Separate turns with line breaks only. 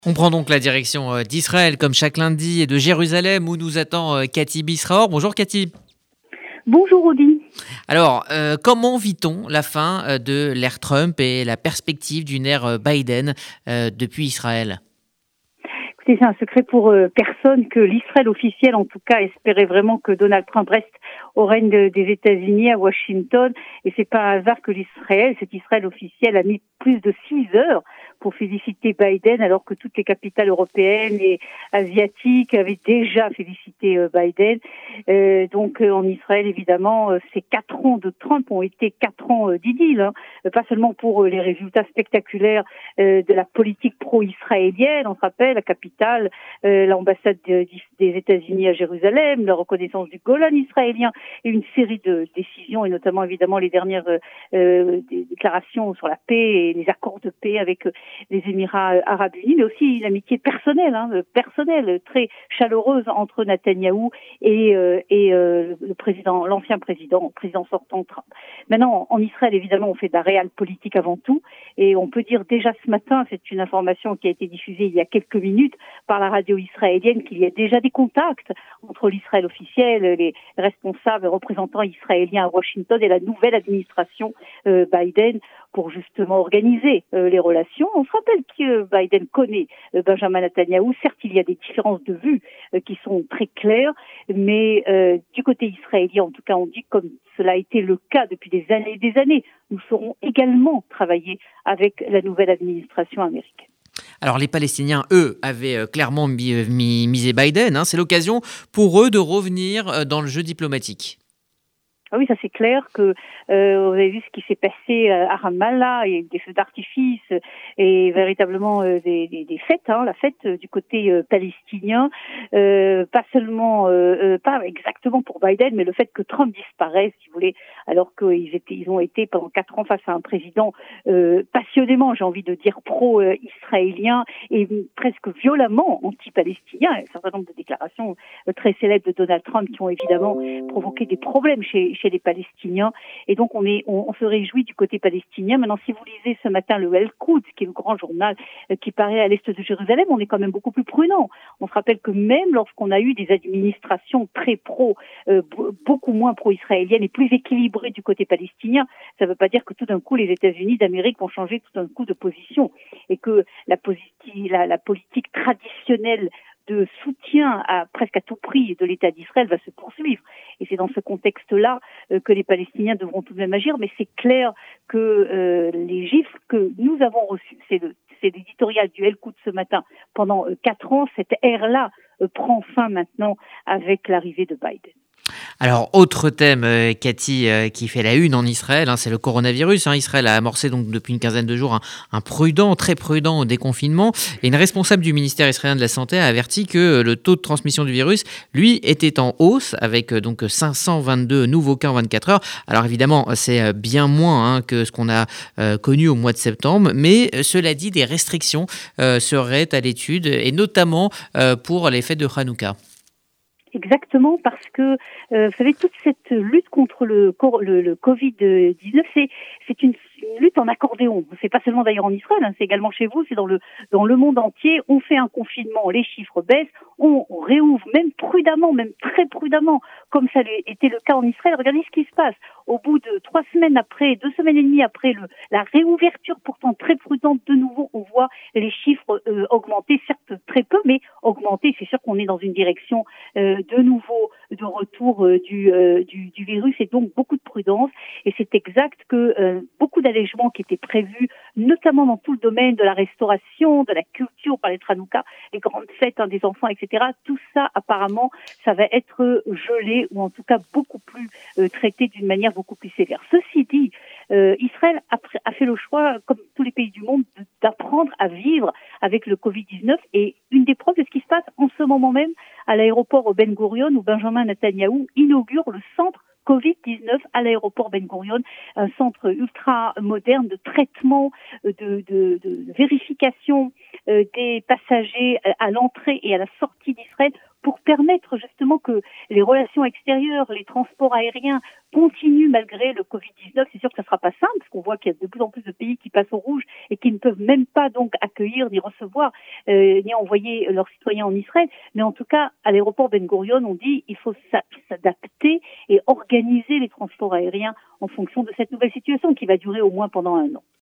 On prend donc la direction d'Israël comme chaque lundi et de Jérusalem où nous attend Cathy Bisraor. Bonjour Cathy.
Bonjour Audi.
Alors, comment vit-on la fin de l'ère Trump et la perspective d'une ère Biden depuis Israël ?
Écoutez, c'est un secret pour personne que l'Israël officiel, en tout cas, espérait vraiment que Donald Trump reste au règne des États-Unis à Washington. Et c'est pas un hasard que cet Israël officiel a mis plus de 6 heures pour féliciter Biden, alors que toutes les capitales européennes et asiatiques avaient déjà félicité Biden. Donc en Israël, évidemment, ces 4 ans de Trump ont été 4 ans d'idylle, hein. Pas seulement pour les résultats spectaculaires de la politique pro-israélienne, on se rappelle, la capitale, l'ambassade des États-Unis à Jérusalem, la reconnaissance du Golan israélien et une série de décisions, et notamment évidemment les dernières déclarations sur la paix et les accords de paix avec les Émirats arabes unis, mais aussi l'amitié personnelle, très chaleureuse entre Netanyahou et l'ancien président sortant Trump. Maintenant, en Israël, évidemment, on fait de la réelle politique avant tout, et on peut dire déjà ce matin, c'est une information qui a été diffusée il y a quelques minutes par la radio israélienne, qu'il y a déjà des contacts entre l'Israël officiel, les responsables, représentants israéliens à Washington et la nouvelle administration Biden pour justement organiser les relations. On se rappelle que Biden connaît Benjamin Netanyahou. Certes, il y a des différences de vues qui sont très claires, mais du côté israélien, en tout cas, on dit comme cela a été le cas depuis des années et des années, nous saurons également travailler avec la nouvelle administration américaine.
Alors les Palestiniens, eux, avaient clairement misé Biden. C'est l'occasion pour eux de revenir dans le jeu diplomatique.
Ah oui, ça c'est clair que vous avez vu ce qui s'est passé à Ramallah, et des feux d'artifice et véritablement des fêtes, la fête du côté palestinien, pas seulement, pas exactement pour Biden, mais le fait que Trump disparaisse, si vous voulez, alors qu'ils ont été pendant 4 ans face à un président passionnément, j'ai envie de dire, pro-israélien et presque violemment anti-palestinien. Un certain nombre de déclarations très célèbres de Donald Trump qui ont évidemment provoqué des problèmes chez les Palestiniens, et donc on se réjouit du côté palestinien. Maintenant, si vous lisez ce matin le El-Quds, qui est le grand journal qui paraît à l'est de Jérusalem, on est quand même beaucoup plus prudent. On se rappelle que même lorsqu'on a eu des administrations très beaucoup moins pro-israéliennes et plus équilibrées du côté palestinien, ça ne veut pas dire que tout d'un coup les États-Unis d'Amérique vont changer tout d'un coup de position, et que la politique traditionnelle de soutien presque à tout prix de l'État d'Israël va se poursuivre. Et c'est dans ce contexte-là que les Palestiniens devront tout de même agir. Mais c'est clair que les chiffres que nous avons reçus, c'est l'éditorial du El-Quds ce matin, pendant 4 ans, cette ère-là prend fin maintenant avec l'arrivée de Biden.
Alors, autre thème, Cathy, qui fait la une en Israël, c'est le coronavirus. Israël a amorcé donc depuis une quinzaine de jours un très prudent déconfinement. Et une responsable du ministère israélien de la Santé a averti que le taux de transmission du virus, lui, était en hausse avec donc 522 nouveaux cas en 24 heures. Alors évidemment, c'est bien moins que ce qu'on a connu au mois de septembre. Mais cela dit, des restrictions seraient à l'étude, et notamment pour les fêtes de Hanouka.
Exactement, parce que vous savez, toute cette lutte contre le Covid-19, c'est une lutte en accordéon. C'est pas seulement d'ailleurs en Israël, c'est également chez vous, c'est dans le monde entier. On fait un confinement, les chiffres baissent, on réouvre même prudemment, même très prudemment, comme ça était le cas en Israël. Regardez ce qui se passe. Au bout de 3 semaines après, 2 semaines et demie après la réouverture pourtant très prudente, de nouveau, on voit les chiffres augmenter, certes très peu, mais augmenter. C'est sûr qu'on est dans une direction de nouveau de retour du virus, et donc beaucoup de prudence. Et c'est exact que beaucoup d'allègements qui étaient prévus, notamment dans tout le domaine de la restauration, de la culture, par les Hanouka, les grandes fêtes des enfants, etc. Tout ça, apparemment, ça va être gelé, ou en tout cas beaucoup plus traité d'une manière beaucoup plus sévère. Ceci dit, Israël a fait le choix, comme tous les pays du monde, d'apprendre à vivre avec le Covid-19, et une des preuves de ce qui se passe en ce moment même à l'aéroport Ben Gurion, où Benjamin Netanyahou inaugure le centre Covid-19 à l'aéroport Ben Gurion, un centre ultra moderne de traitement, de vérification des passagers à l'entrée et à la sortie d'Israël pour permettre justement que les relations extérieures, les transports aériens continuent malgré le Covid-19. C'est sûr que ça sera pas simple, parce qu'on voit qu'il y a de plus en plus de pays qui passent au rouge et qui ne peuvent même pas donc accueillir, ni recevoir, ni envoyer leurs citoyens en Israël. Mais en tout cas, à l'aéroport Ben Gurion, on dit il faut s'adapter et organiser les transports aériens en fonction de cette nouvelle situation qui va durer au moins pendant 1 an.